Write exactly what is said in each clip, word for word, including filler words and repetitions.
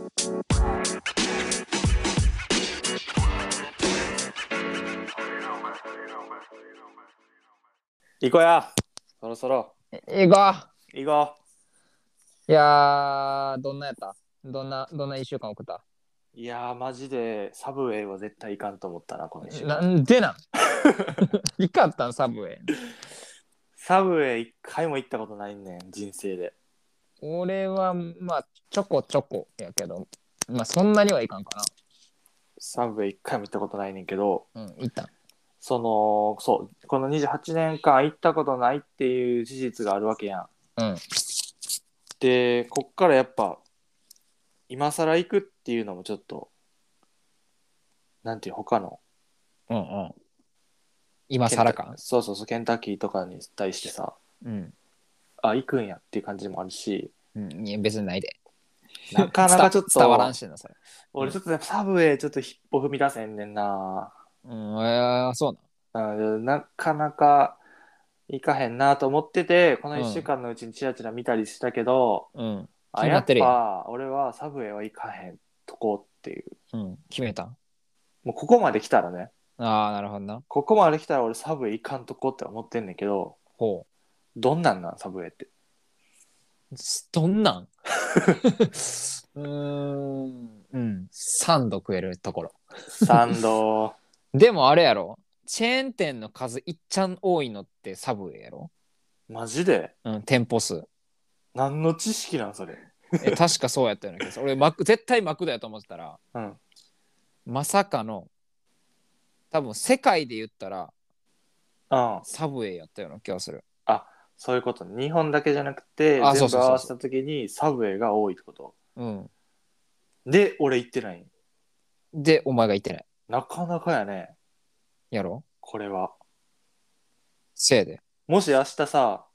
行こうや。そろそろ。 行こ行こう。いやー、どんなやったどんな、どんな一週間送ったう。いやー、マジでサブウェイは絶対行かんと思ったな、この一週な間。 んでなん行かったんサブウェイ。 サブウェイ一回も行ったことないねん、人生で。 俺は、まあ、ちょこちょこやけど、まあ、そんなにはいかんかサブウェイ一回も行ったことないねんけど、 な。うん、行ったん。 その、そう、このにじゅうはちねんかん行ったことないっていう事実があるわけやん。 うん。 で、こっからやっぱ、今更行くっていうのもちょっと、なんていう、他の、 うんうん。今更か。 そうそうそう、ケンタッキーとかに対してさ、 うん。 あ、行くんやっていう感じもあるし、 うん、いや別にないで。 なかなかちょっ伝わらんと、 しな、それ。 俺ちょっとやっぱサブウェイちょっと一歩踏み出せんねんな。 うん、えー、そううんなかなか行かへんなと思ってて、このな。 いっしゅうかんのうちにチラチラ見たりしたけど、 うん。うん。 あ、やっ決まってるやん。 ぱ俺はサブウェイは行かへんとこっていう。 うん。決めたん。 もうここまで来たらね、 ああ、なるほどな。 ここまで来たら俺サブウェイ行かんとこって思ってんねんけど、 ほどんなんなんサブウェイって。 う。どんなんうーん。うん。さんど食えるところ。 サンド、 でもあれやろ、チェーン店の数いっちゃん多いのってサブウェイやろ。 マジでうん、店舗数。 何の知識なんそれ。 え、確かそうやったような気がする。俺マク、絶対マクドやと思ってたら、 うん。 まさかの、多分世界で言ったら、 うん。 サブウェイやったような気がする。 あ、そういうこと。日本だけじゃなくて、 あ、そ全うそうそうそ部合わせた時にサブウェイが多いってこと。 う。うん。 で、俺行ってない。 で、お前が言ってない。 なかなかやね、 やろこれは。 せいで。 もし明日さ、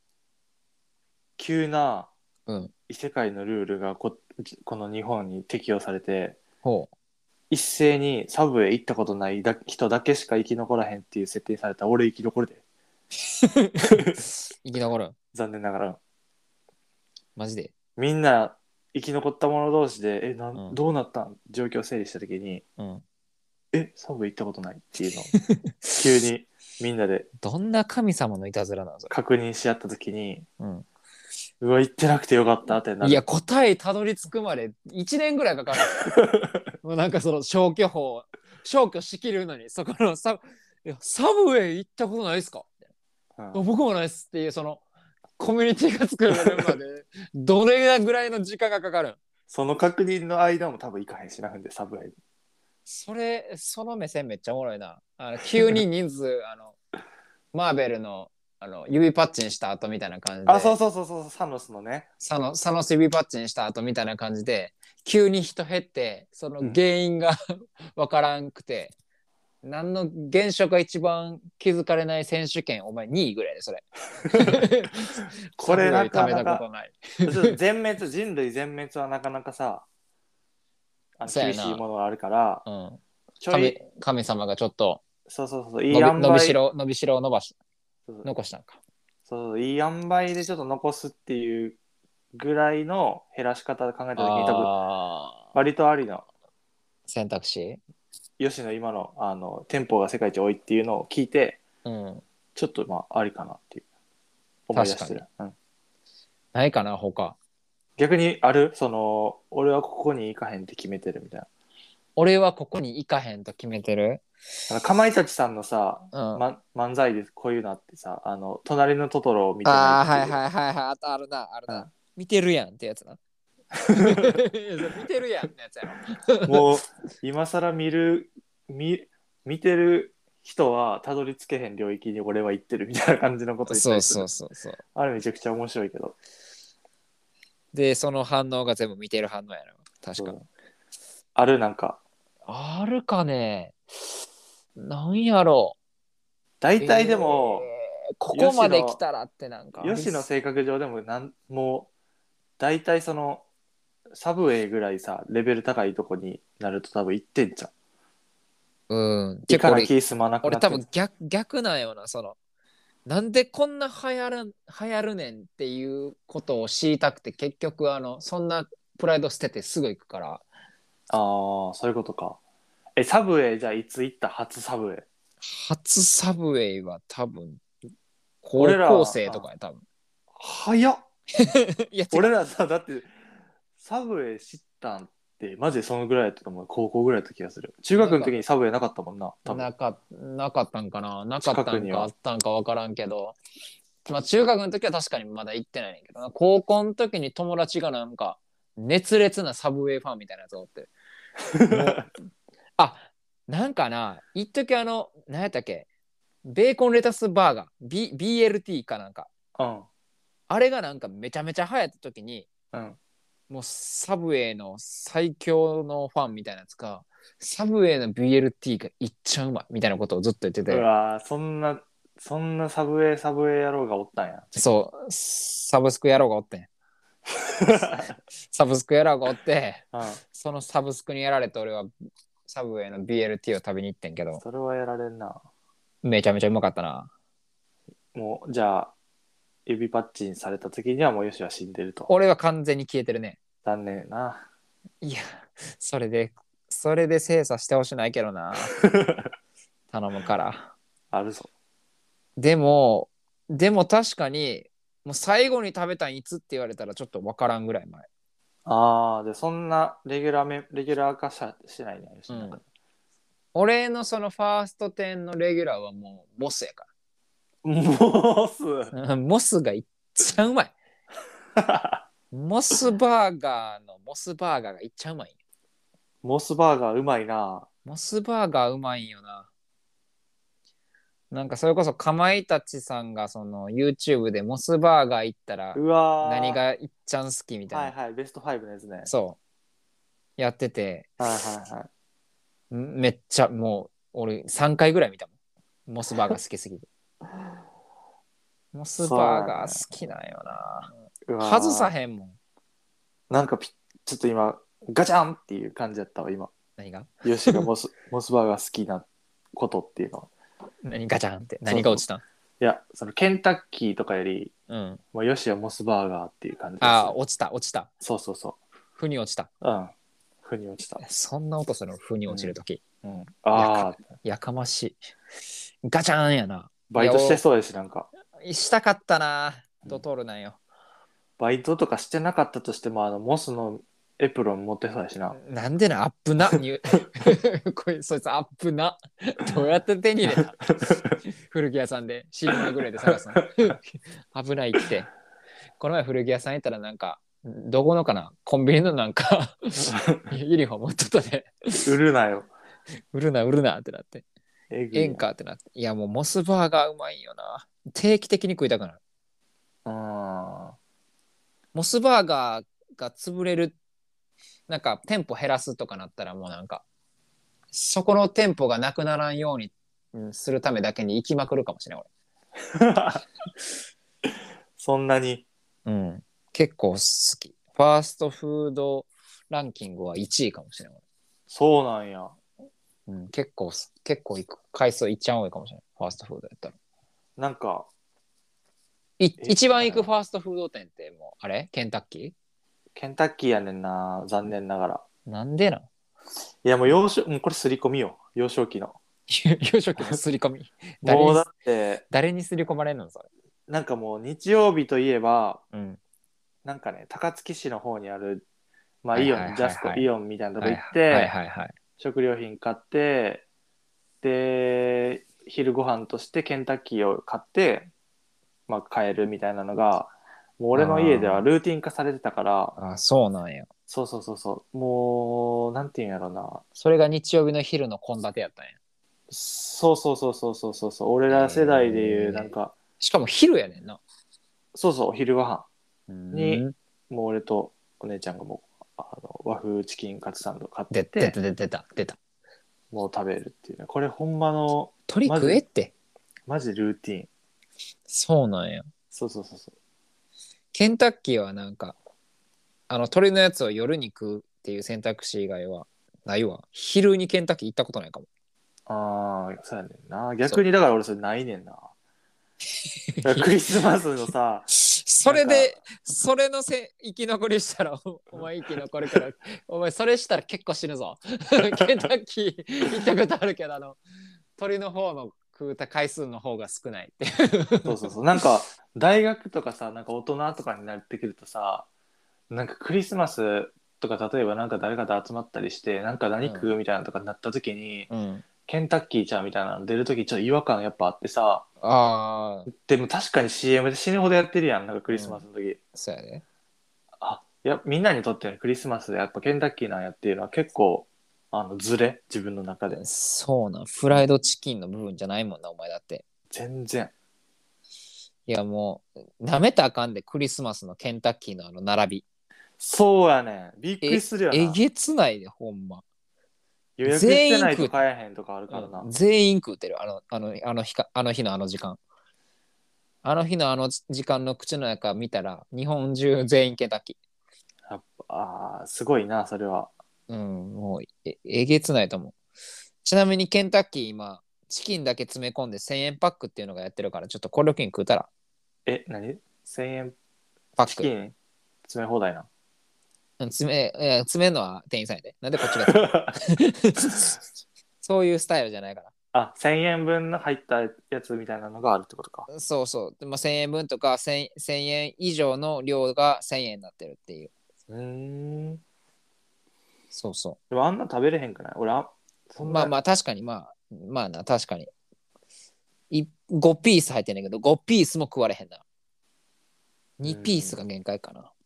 急なうん。 異世界のルールがこ、この日本に適用されて、 ほう。 一斉にサブウェイ行ったことないだ人だけしか生き残らへんっていう設定にされたら俺生き残るで。 生き残る。 残念ながら。 マジで。 みんな生き残った者同士で、え、なん、 うん。 どうなったん状況を整理した時に、 うん。 え、サブウェイ行ったことないっていうのを急にみんなでどんな神様のいたずらなのそれ。 確認し合った時に、 うん。 うわ、行ってなくてよかったってなる。 いや、答えたどり着くまでいちねんぐらいかかる。もうなんかその消去法、消去しきるのに、そこのサいやサブウェイ行ったことないですか、 うん、 僕もないっすっていう、そのコミュニティが作られるまで、どれぐらいの時間がかかるん。 その確認の間も多分行かへんしな、んで、サブウェイ。 それ、その目線めっちゃおもろいな。あの急に人数、あの、マーベルのあの指パッチンした後みたいな感じで、 あ、そうそうそうそう、サノスのね。 サノサノス指パッチンした後みたいな感じで、急に人減って、その原因がわからんくて、何の現象が一番気づかれない選手権、お前にいぐらいでそれ。 これなかなかサブウェイ貯めたことない。 全滅、人類全滅はなかなかさ、あのそうやな厳しいものがあるから、 うん、 ちょい、 神神様がちょっとそうそうそう、いい伸び伸び塩梅、 しろ伸びしろを伸ばしそう残したんか。 そう、いい塩梅でちょっと残すっていうぐらいの減らし方で考えたときに、多分、 あ割とありの、 選択肢、 吉野今の、あの、店舗が世界一多いっていうのを聞いて、 うん、 ちょっとまあ、ありかなっていう、思い出してる。うん、 ないかな他。 逆にあるその、俺はここに行かへんって決めてるみたいな。 俺はここに行かへんと決めてる。 あのかまいたちさんのさ、 うんま、漫才でこういうのあってさ、あの、隣のトトロを見てないああ、 っていう。 はいはいはいはい。あとあるな、あるな。 うん見てるやんってやつな。いやそれ見てるやんってやつやろ。 もう、今更見る、見、見てる人はたどり着けへん領域に俺は行ってるみたいな感じのこと言ったそうりする。 そうそうそう。 あれめちゃくちゃ面白いけど。 で、その反応が全部見てる反応やろ。確か。 あるなんか。 あるかね。なんやろ大体でも、 えー、ここまで来たらってなんか。 吉野性格上でもなん、もう、大体その、サブウェイぐらいさ、レベル高いとこになると多分行ってんじゃん。 うん。 行かな俺気済まなくな俺ってん多分逆逆なんよな。その、なんでこんな流行る流行るねんっていうことを知りたくて、結局あのそんなプライド捨ててすぐ行くから。 ああ、そういうことか。え、サブウェイじゃあいつ行った初サブウェイ？ 初サブウェイは多分高俺ら、 校生とかや多分。 早っ。 いや違う。 俺らさ、だってサブウェイ知ったんってマジでそのぐらいやったと思う。高校ぐらいだった気がする。中学の時にサブウェイなかったもんな、多分。 なかなかったんかななかったんか近くにはあったんか分からんけど、まあ中学の時は確かにまだ行ってないねんけどな。高校の時に友達がなんか熱烈なサブウェイファンみたいなやつがおって、もうあなんかな一時あの何やったっけ、ベーコンレタスバーガー、B、ビーエルティー かなんか、 うんあれがなんかめちゃめちゃ流行った時に、 うん。 もうサブウェイの最強のファンみたいなやつが、サブウェイの ビーエルティー がいっちゃうまいみたいなことをずっと言ってうて、 わー、そんなそんなサブウェイサブウェイ野郎がおったんや。 そうサブスク野郎がおってんサブスク野郎がおって、 うん、 そのサブスクにやられて俺はサブウェイの ビーエルティー を食べに行ってんけど、 それはやられんな。 めちゃめちゃうまかったな。 もうじゃあ指パッチンされた時にはもうヨシは死んでると。 俺は完全に消えてるね。 残念やな。 いやそれでそれで精査してほしないけどな、頼むから。 あるぞ。 でもでも確かにもう最後に食べたんいつって言われたらちょっと分からんぐらい前。 ああ、でそんなレギュラーめレギュラー化ししてないね、ヨシの中で。 俺のそのファーストテンのレギュラーはもうモスやかもうす。 ら。モスがいっちゃうまい。モスバーガーのモスバーガーがいっちゃうまい。 モスバーガーうまいな。 モスバーガーうまいんよな。なんかそれこそかまいたちさんがその YouTube でモスバーガー行ったらうわー、 何がいっちゃん好きみたいな、 はいはい、ベストファイブのやつね。 そうやってて、 はいはいはい。 めっちゃもう俺さんかいぐらい見たもん、モスバーガー好きすぎて。モスバーガー好きなんよな。 うわー外さへんもん。 なんかピちょっと今ガチャンっていう感じだったわ今。 何がヨシがモスモスバーガー好きなことっていうのは。 何ガチャンって何が落ちたん？ いや、そのケンタッキーとかよりうん。 もうヨシはモスバーガーっていう感じです。 ああ、落ちた落ちた。 そうそうそ負に落ちた。 う。うん。ふに落ちた。 そんな音するの？負に落ちるとき。 うん。ああ、 やかましい。ガチャンやな。 バイトしてそうですなんか。 したかったな。ドトールなんよ。 バイトとかしてなかったとしてもあのモスのエプロン持ってそうやしな。 なんでな、アップな。にこいそいつアップな。どうやって手に入れた？古着屋さんでシルバーグレーで探すの。危ないって。この前古着屋さん行ったらなんか、どこのかなコンビニのなんかユニフォーム売っとったで、 売るなよ。 売るな売るなってなって。 えぐいな。 ええんかってなって。いやもうモスバーガーうまいよな。定期的に食いたくなる。 うん。 モスバーガーが潰れる、なんか店舗減らすとかなったらもうなんか、そこの店舗がなくならんようにうんするためだけに行きまくるかもしれないそんなに。 俺。うん。結構好き。ファーストフードランキングはいちいかもしれない。 そうなんや。 うん、結構結構行く回数いっちゃん多いかもしれない。ファーストフードやったら。 なんかい一番行くファーストフード店ってもうあれケンタッキケンタッキーやねんな、残念ながら。 ー？なんでなん？ いやもう幼少、もうこれ刷り込みよ。幼少期の。 幼少期の刷り込み。誰にもうだって誰に刷り込まれんのそれ？ なんかもう日曜日といえばうん。 なんかね高槻市の方にあるまあイオン、 はいはいはいはいジャスコイオンみたいなとこ行っはいて、 はいはい。 食料品買ってで昼ご飯としてケンタッキーを買ってまあ帰るみたいなのがもう俺の家ではルーティン化されてたから。 あ、そうなんや。 そうそうそうそうもうなんていうんやろな。 それが日曜日の昼の献立やったんや。 そうそうそうそうそうそうそう俺ら世代でいうなんか、 しかも昼やねんな。 そうそうお昼ご飯にうんもう俺とお姉ちゃんがもうあの和風チキンカツサンド買っ出て出た出た出た出た。 もう食べるっていうね。これほんまの鳥食えって。 マジルーティン。 そうなんや。 そうそうそうそケンタッキーはなんかあの鶏のやつを夜に食うっていう選択肢以外はないわ。昼にケンタッキー行ったことないかも。 う。ああ、そうやねんな。逆にだから俺それないねんな。クリスマスのさ、 それでそれのせ生き残りしたらおお前生き残るからお前それしたら結構死ぬぞケンタッキー行ったことあるけどあの鳥の方の食うた回数の方が少ないってそうそうそう。なんか大学とかさ、なんか大人とかになってくるとさ、なんかクリスマスとか例えばなんか誰かと集まったりしてなんか何食うみたいなのとかになった時に、 うん、 ケンタッキーちゃんみたいなの出る時ちょっと違和感やっぱあってさ、 ああでも確かに シーエム で死ぬほどやってるやん、なんかクリスマスの時、 そうやねあ、いやみんなにとってのクリスマスでやっぱケンタッキーなんやっていうのは結構あのズレ自分の中でそうなんフライドチキンの部分じゃないもんなお前だって全然。 いやもうなめたらあかんでクリスマスのケンタッキーのあの並びそうやねん、びっくえりするよな。 えげつないでほんま予約してない全員食うと買えへんとかあるからな、 うん全員食うてるあのあのあの日かあの日のあの時間あの日のあの時間の口の中見たら日本中全員ケンタッキやっぱあーすごいなそれは。 ーうんもうええげつないと思うちなみにケンタッキー今チキンだけ詰め込んでせんえんパックっていうのがやってるからちょっとこれを機に食うたらえ何せんえんパックチキン詰め放題な。 うん詰めいや詰めるのは店員さんやでなんでこっちが詰めるそういうスタイルじゃないからあ、せんえんぶんの入ったやつみたいなのがあるってことか。 そうそう。でまあ、せんえんぶんとか 1000, 1000円以上の量がせんえんになってるっていう。 うーん。 そうそでもあんな食べれへんくない俺あそう。 んな。 まあまあ確かにまあ、まあな、確かに。いごピース入ってんねんけど、ごピースも食われへんな。にピースが限界かな。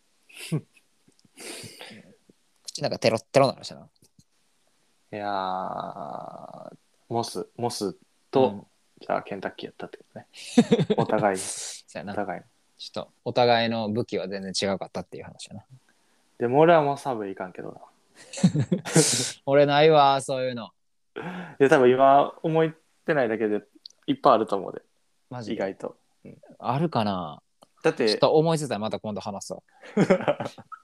口なんかテロッテロなるしな。 いやーモスモスと、 うんじゃあケンタッキーやったってことね。お互いにそうやな。 お互いに。 ちょっとお互いの武器は全然違かったっていう話やな。 でも俺はもうサブいかんけどな。 俺ないわ、そういうの。 いや多分今思いってないだけでいっぱいあると思うで。 マジで。 意外と。 あるかなちょっだってと思いついたらまた今度話そう。